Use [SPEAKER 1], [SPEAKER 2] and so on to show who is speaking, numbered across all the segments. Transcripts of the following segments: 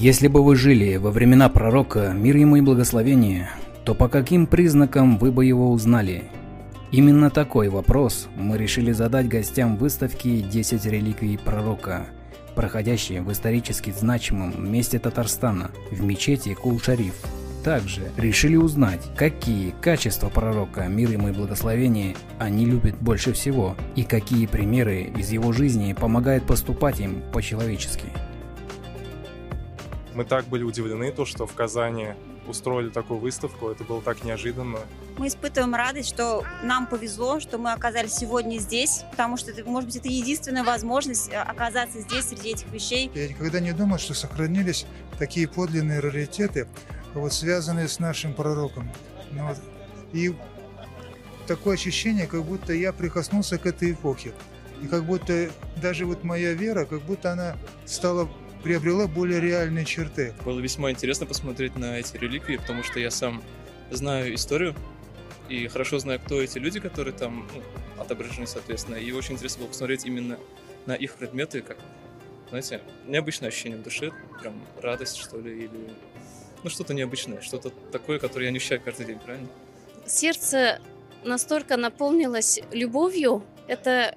[SPEAKER 1] Если бы вы жили во времена пророка, мир ему и благословение, то по каким признакам вы бы его узнали? Именно такой вопрос мы решили задать гостям выставки «10 реликвий пророка», проходящей в исторически значимом месте Татарстана, в мечети Кул-Шариф. Также решили узнать, какие качества пророка, мир ему и благословение, они любят больше всего, и какие примеры из его жизни помогают поступать им по-человечески.
[SPEAKER 2] Мы так были удивлены, что в Казани устроили такую выставку, это было так неожиданно.
[SPEAKER 3] Мы испытываем радость, что нам повезло, что мы оказались сегодня здесь, потому что, может быть, это единственная возможность оказаться здесь, среди этих вещей.
[SPEAKER 4] Я никогда не думал, что сохранились такие подлинные раритеты, связанные с нашим пророком. И такое ощущение, как будто я прикоснулся к этой эпохе. И как будто даже моя вера, как будто она приобрела более реальные черты.
[SPEAKER 5] Было весьма интересно посмотреть на эти реликвии, потому что я сам знаю историю и хорошо знаю, кто эти люди, которые там отображены, соответственно. И очень интересно было посмотреть именно на их предметы, как, знаете, необычное ощущение в душе, прям радость, что ли, или что-то необычное, что-то такое, которое я не ощущаю каждый день, правильно?
[SPEAKER 6] Сердце настолько наполнилось любовью, это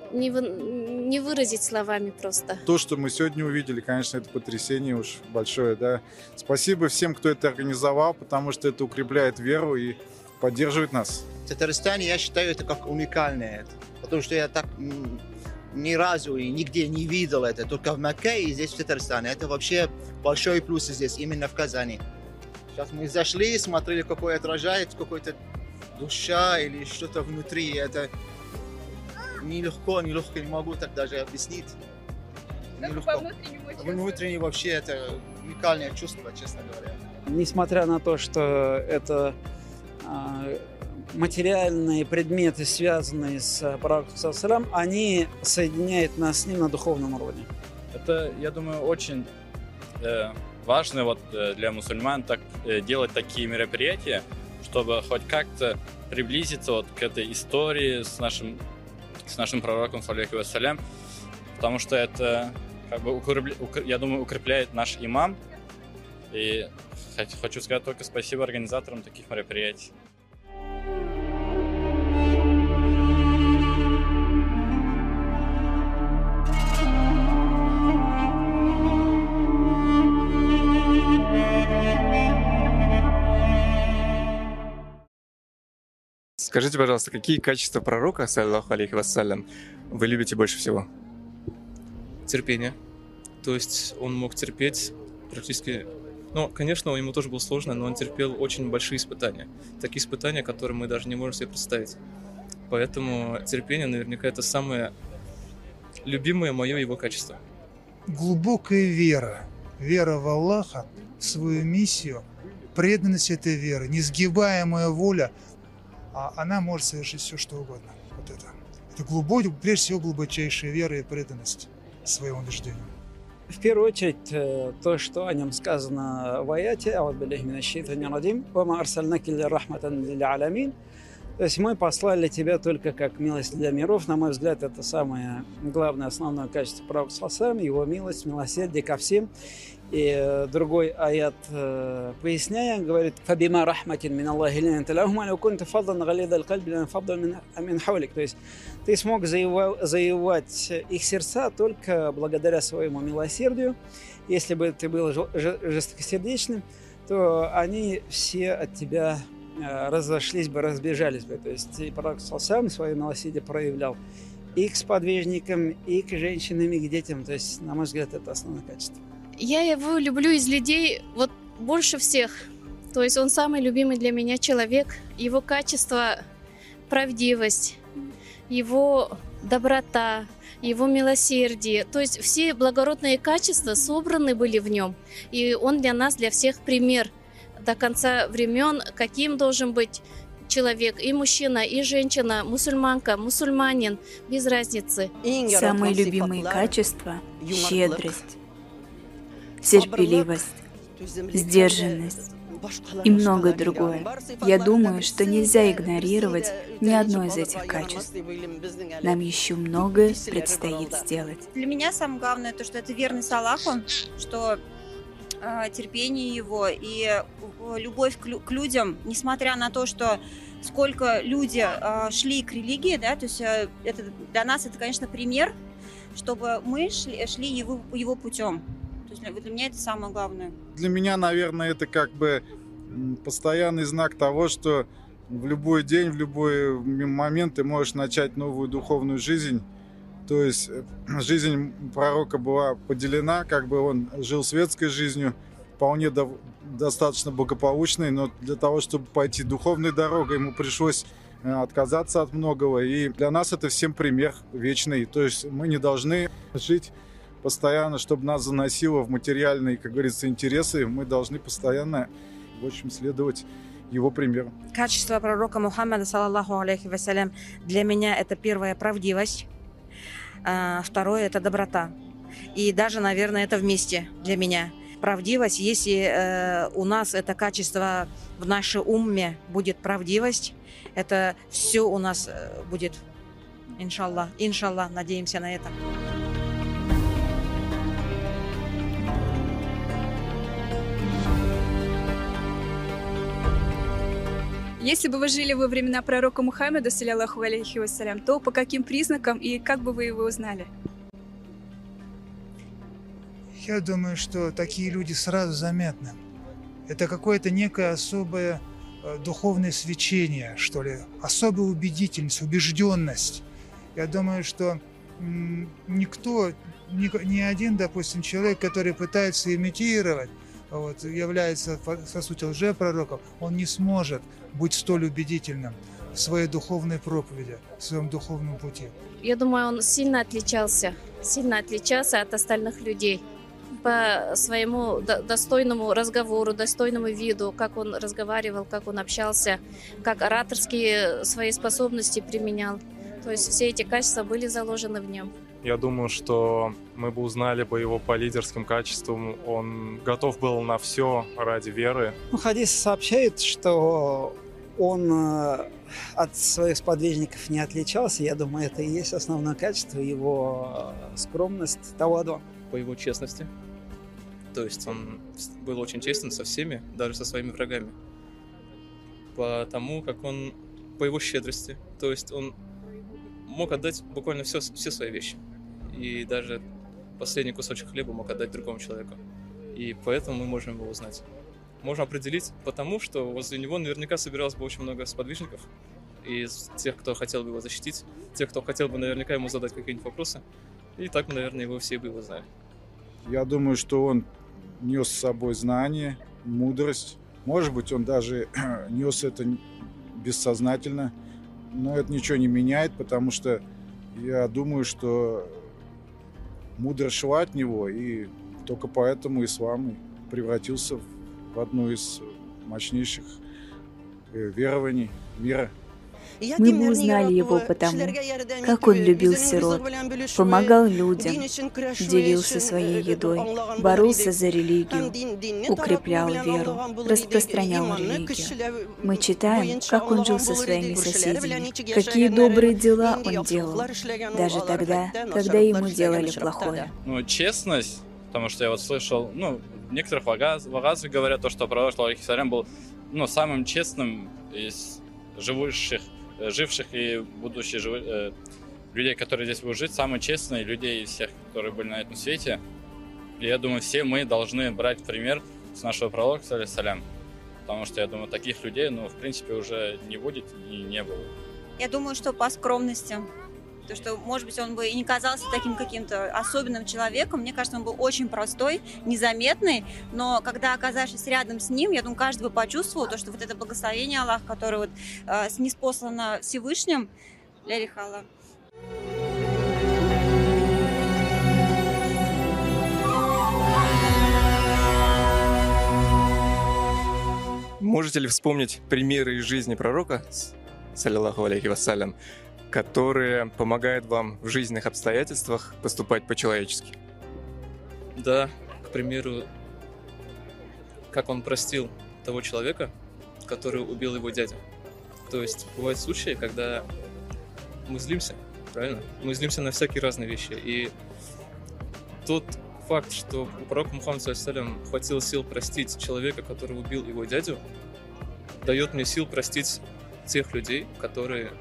[SPEAKER 6] не выразить словами просто.
[SPEAKER 7] То, что мы сегодня увидели, конечно, это потрясение уж большое, да. Спасибо всем, кто это организовал, потому что это укрепляет веру и поддерживает нас.
[SPEAKER 8] В Татарстане я считаю это как уникальное, потому что я так ни разу и нигде не видел это, только в Мекке и здесь в Татарстане. Это вообще большой плюс здесь, именно в Казани. Сейчас мы зашли, смотрели, какой отражает какой-то душа или что-то внутри. Это нелегко, не могу так даже объяснить. Нелегко. Внутренне вообще это уникальное чувство, честно говоря.
[SPEAKER 9] Несмотря на то, что это материальные предметы, связанные с пророком, они соединяют нас с ним на духовном уровне.
[SPEAKER 10] Это, я думаю, очень важно для мусульман делать такие мероприятия, чтобы хоть как-то приблизиться к этой истории с нашим пророком, саллаллаху вассалям, потому что это, я думаю, укрепляет наш иман. И хочу сказать только спасибо организаторам таких мероприятий.
[SPEAKER 2] Скажите, пожалуйста, какие качества пророка, саллаллаху алейхи вассалям, вы любите больше всего?
[SPEAKER 5] Терпение. То есть он мог терпеть практически... конечно, ему тоже было сложно, но он терпел очень большие испытания. Такие испытания, которые мы даже не можем себе представить. Поэтому терпение наверняка это самое любимое мое его качество.
[SPEAKER 4] Глубокая вера. Вера в Аллаха, в свою миссию, преданность этой веры, несгибаемая воля. Она может совершить все, что угодно. Это прежде всего глубочайшая вера и преданность своему убеждению.
[SPEAKER 9] В первую очередь, то, что о нем сказано в аяте, то есть мы послали тебя только как милость для миров. На мой взгляд, это самое главное, основное качество пророка, его милость, милосердие ко всем. И другой аят, поясняя, говорит: «Фабима рахматин мин Аллахи линта лахум, а кунта фаддан галидал кальби ланфадду мин хаулик». То есть ты смог завоевать их сердца только благодаря своему милосердию. Если бы ты был жестокосердечным, то они все от тебя разошлись бы, разбежались бы. То есть и пророк сам свое милосердие проявлял и к сподвижникам, и к женщинам, и к детям. То есть, на мой взгляд, это основное качество.
[SPEAKER 6] Я его люблю из людей больше всех. То есть он самый любимый для меня человек. Его качество, правдивость, его доброта, его милосердие. То есть все благородные качества собраны были в нем. И он для нас, для всех пример до конца времен, каким должен быть человек, и мужчина, и женщина, мусульманка, мусульманин, без разницы.
[SPEAKER 11] Самые любимые качества – щедрость, терпеливость, сдержанность и многое другое. Я думаю, что нельзя игнорировать ни одно из этих качеств. Нам еще многое предстоит сделать.
[SPEAKER 3] Для меня самое главное то, что это верность Аллаху, что терпение его и любовь к людям, несмотря на то, что сколько люди шли к религии, да, то есть это, для нас это, конечно, пример, чтобы мы шли его путем. То есть для меня это самое главное.
[SPEAKER 7] Для меня, наверное, это как бы постоянный знак того, что в любой день, в любой момент ты можешь начать новую духовную жизнь. То есть жизнь пророка была поделена, как бы он жил светской жизнью, вполне достаточно благополучной, но для того, чтобы пойти духовной дорогой, ему пришлось отказаться от многого. И для нас это всем пример вечный. То есть мы не должны жить постоянно, чтобы нас заносило в материальные, как говорится, интересы. Мы должны постоянно, в общем, следовать его примеру.
[SPEAKER 12] Качество пророка Мухаммада, саллаллаху алейхи вассалям, для меня это первое — правдивость, второе — это доброта. И даже, наверное, это вместе для меня. Правдивость, если у нас это качество в нашей умме будет правдивость, это все у нас будет, иншаллах. Иншаллах, надеемся на это.
[SPEAKER 13] Если бы вы жили во времена пророка Мухаммеда, саллаллаху алейхи вассалям, то по каким признакам и как бы вы его узнали?
[SPEAKER 4] Я думаю, что такие люди сразу заметны. Это какое-то некое особое духовное свечение, что ли, особая убедительность, убежденность. Я думаю, что никто, ни один, допустим, человек, который пытается имитировать, вот, является, по сути, лжепророком, он не сможет быть столь убедительным в своей духовной проповеди, в своем духовном пути.
[SPEAKER 6] Я думаю, он сильно отличался от остальных людей по своему достойному разговору, достойному виду, как он разговаривал, как он общался, как ораторские свои способности применял. То есть все эти качества были заложены в нем.
[SPEAKER 14] Я думаю, что мы бы узнали бы его по лидерским качествам. Он готов был на все ради веры.
[SPEAKER 9] Хадис сообщает, что он от своих сподвижников не отличался. Я думаю, это и есть основное качество, его скромность, таваду.
[SPEAKER 5] По его честности. То есть он был очень честен со всеми, даже со своими врагами. По тому, как он... По его щедрости. То есть он мог отдать буквально все свои вещи. И даже последний кусочек хлеба мог отдать другому человеку. И поэтому мы можем его узнать. Можем определить, потому что возле него наверняка собиралось бы очень много сподвижников. Из тех, кто хотел бы его защитить, тех, кто хотел бы наверняка ему задать какие-нибудь вопросы. И так, наверное, его все бы его знали.
[SPEAKER 7] Я думаю, что он нес с собой знание, мудрость. Может быть, он даже нес это бессознательно. Но это ничего не меняет, потому что я думаю, что мудрость шла от него, и только поэтому ислам превратился в одну из мощнейших верований мира.
[SPEAKER 11] Мы бы узнали его потому, как он любил сирот, помогал людям, делился своей едой, боролся за религию, укреплял веру, распространял религию. Мы читаем, как он жил со своими соседями, какие добрые дела он делал, даже тогда, когда ему делали плохое.
[SPEAKER 10] Честность, потому что я вот слышал, в некоторых вагазах говорят, что пророк был самым честным из живших и будущих людей, которые здесь будут жить, самые честные людей из всех, которые были на этом свете. И я думаю, все мы должны брать пример с нашего пророка, салям, потому что я думаю, таких людей, в принципе, уже не будет и не было.
[SPEAKER 3] Я думаю, что по скромности. То, что, может быть, он бы и не казался таким каким-то особенным человеком. Мне кажется, он был очень простой, незаметный. Но когда, оказавшись рядом с ним, я думаю, каждый бы почувствовал то, что вот это благословение Аллаха, которое ниспослано Всевышним, ля рихала.
[SPEAKER 2] Можете ли вспомнить примеры из жизни пророка, саллаллаху алейхи вассалям, которые помогают вам в жизненных обстоятельствах поступать по-человечески?
[SPEAKER 5] Да, к примеру, как он простил того человека, который убил его дядю. То есть бывают случаи, когда мы злимся, правильно? Мы злимся на всякие разные вещи. И тот факт, что у пророка Мухаммада ﷺ хватило сил простить человека, который убил его дядю, дает мне сил простить тех людей, которые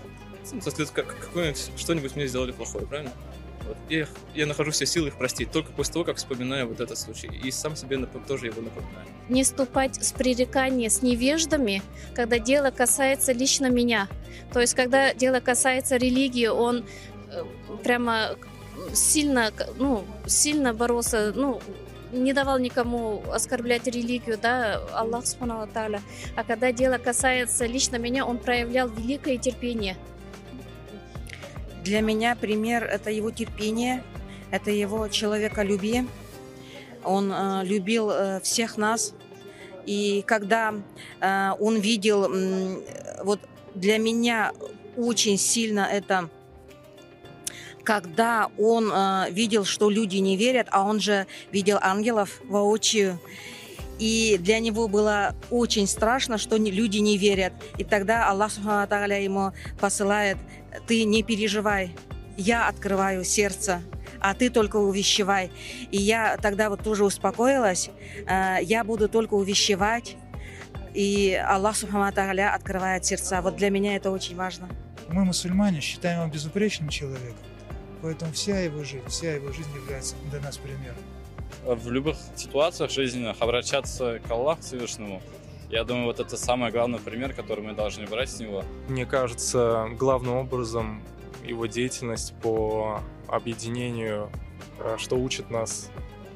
[SPEAKER 5] что-нибудь мне сделали плохое, правильно? Вот. Я нахожу все силы их простить только после того, как вспоминаю вот этот случай. И сам себе тоже его напоминаю.
[SPEAKER 6] Не вступать в пререкание с невеждами, когда дело касается лично меня. То есть, когда дело касается религии, он прямо сильно боролся, не давал никому оскорблять религию, да, Аллах Субхану ва Тааля. А когда дело касается лично меня, он проявлял великое терпение.
[SPEAKER 12] Для меня пример – это его терпение, это его человеколюбие. Он любил всех нас. И когда он видел, вот для меня очень сильно это, когда он видел, что люди не верят, а он же видел ангелов воочию. И для него было очень страшно, что люди не верят. И тогда Аллах Субхану ва Тааля ему посылает: ты не переживай, я открываю сердце, а ты только увещевай. И я тогда вот тоже успокоилась, я буду только увещевать, и Аллах Субхану ва Тааля открывает сердца. Вот для меня это очень важно.
[SPEAKER 4] Мы, мусульмане, считаем его безупречным человеком, поэтому вся его жизнь является для нас примером.
[SPEAKER 10] В любых ситуациях жизненных обращаться к Аллаху Всевышнему. Я думаю, вот это самый главный пример, который мы должны брать с него.
[SPEAKER 14] Мне кажется, главным образом его деятельность по объединению, что учит нас,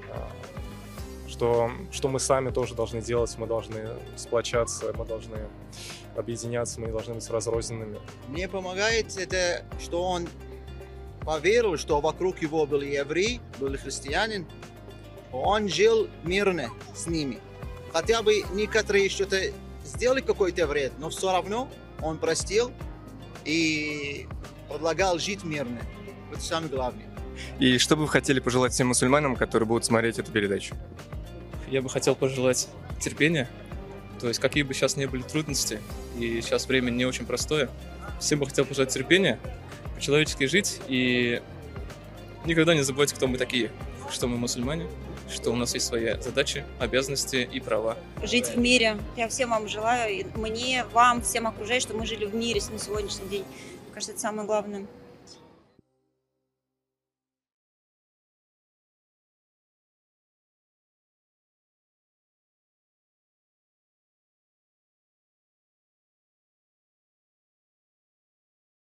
[SPEAKER 14] что мы сами тоже должны делать, мы должны сплочаться, мы должны объединяться, мы не должны быть разрозненными.
[SPEAKER 8] Мне помогает это, что он поверил, что вокруг его был еврей, был христианин, он жил мирно с ними. Хотя бы некоторые что-то сделали какой-то вред, но все равно он простил и предлагал жить мирно. Это самое главное.
[SPEAKER 2] И что бы вы хотели пожелать всем мусульманам, которые будут смотреть эту передачу?
[SPEAKER 5] Я бы хотел пожелать терпения. То есть, какие бы сейчас ни были трудности, и сейчас время не очень простое, всем бы хотел пожелать терпения, по-человечески жить, и никогда не забывайте, кто мы такие, что мы мусульмане, что у нас есть свои задачи, обязанности и права.
[SPEAKER 3] Жить в мире. Я всем вам желаю, и мне, вам, всем окружающим, чтобы мы жили в мире на сегодняшний день. Мне кажется, это самое главное.